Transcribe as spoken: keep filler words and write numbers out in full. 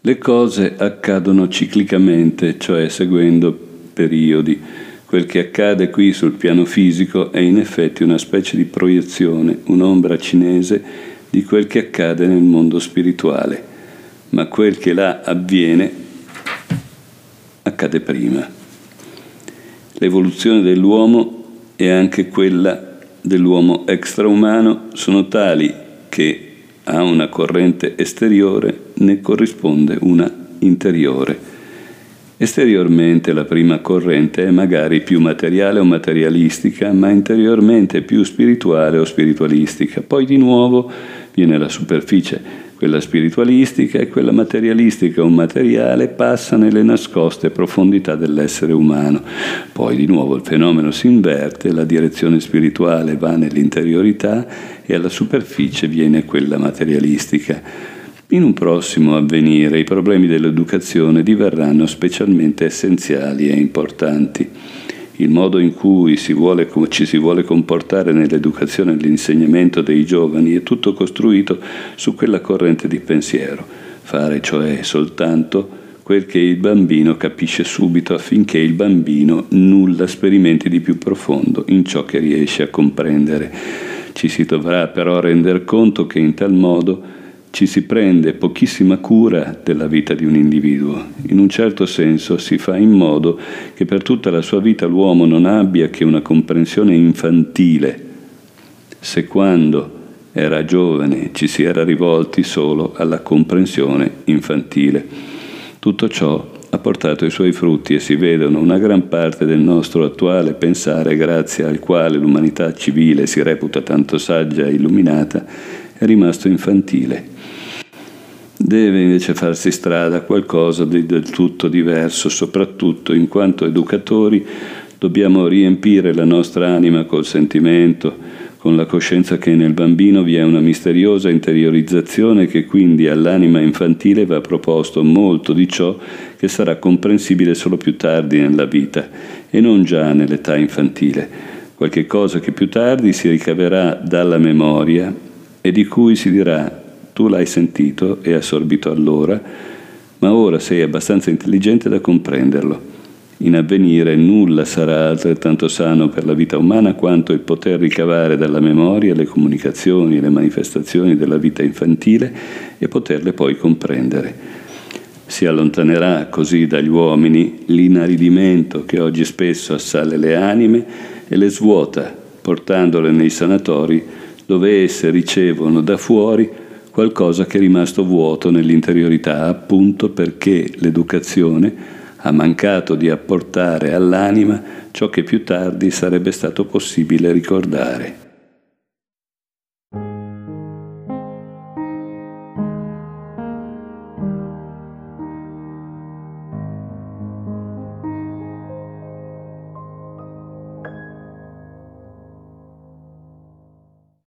Le cose accadono ciclicamente, cioè seguendo periodi. Quel che accade qui sul piano fisico è in effetti una specie di proiezione, un'ombra cinese di quel che accade nel mondo spirituale, ma quel che là avviene accade prima. L'evoluzione dell'uomo e anche quella dell'uomo extraumano sono tali che a una corrente esteriore ne corrisponde una interiore. Esteriormente la prima corrente è magari più materiale o materialistica, ma interiormente più spirituale o spiritualistica. Poi di nuovo viene la superficie. Quella spiritualistica e quella materialistica o materiale passa nelle nascoste profondità dell'essere umano. Poi di nuovo il fenomeno si inverte, la direzione spirituale va nell'interiorità e alla superficie viene quella materialistica. In un prossimo avvenire i problemi dell'educazione diverranno specialmente essenziali e importanti. Il modo in cui si vuole, ci si vuole comportare nell'educazione e nell'insegnamento dei giovani è tutto costruito su quella corrente di pensiero, fare cioè soltanto quel che il bambino capisce subito affinché il bambino nulla sperimenti di più profondo in ciò che riesce a comprendere. Ci si dovrà però render conto che in tal modo ci si prende pochissima cura della vita di un individuo. In un certo senso si fa in modo che per tutta la sua vita l'uomo non abbia che una comprensione infantile, se quando era giovane ci si era rivolti solo alla comprensione infantile. Tutto ciò ha portato i suoi frutti e si vedono una gran parte del nostro attuale pensare, grazie al quale l'umanità civile si reputa tanto saggia e illuminata, è rimasto infantile. Deve invece farsi strada qualcosa di del tutto diverso, soprattutto in quanto educatori dobbiamo riempire la nostra anima col sentimento, con la coscienza che nel bambino vi è una misteriosa interiorizzazione che quindi all'anima infantile va proposto molto di ciò che sarà comprensibile solo più tardi nella vita e non già nell'età infantile, qualche cosa che più tardi si ricaverà dalla memoria e di cui si dirà: tu l'hai sentito e assorbito allora, ma ora sei abbastanza intelligente da comprenderlo. In avvenire nulla sarà altrettanto sano per la vita umana quanto il poter ricavare dalla memoria le comunicazioni e le manifestazioni della vita infantile e poterle poi comprendere. Si allontanerà così dagli uomini l'inaridimento che oggi spesso assale le anime e le svuota, portandole nei sanatori dove esse ricevono da fuori qualcosa che è rimasto vuoto nell'interiorità, appunto perché l'educazione ha mancato di apportare all'anima ciò che più tardi sarebbe stato possibile ricordare.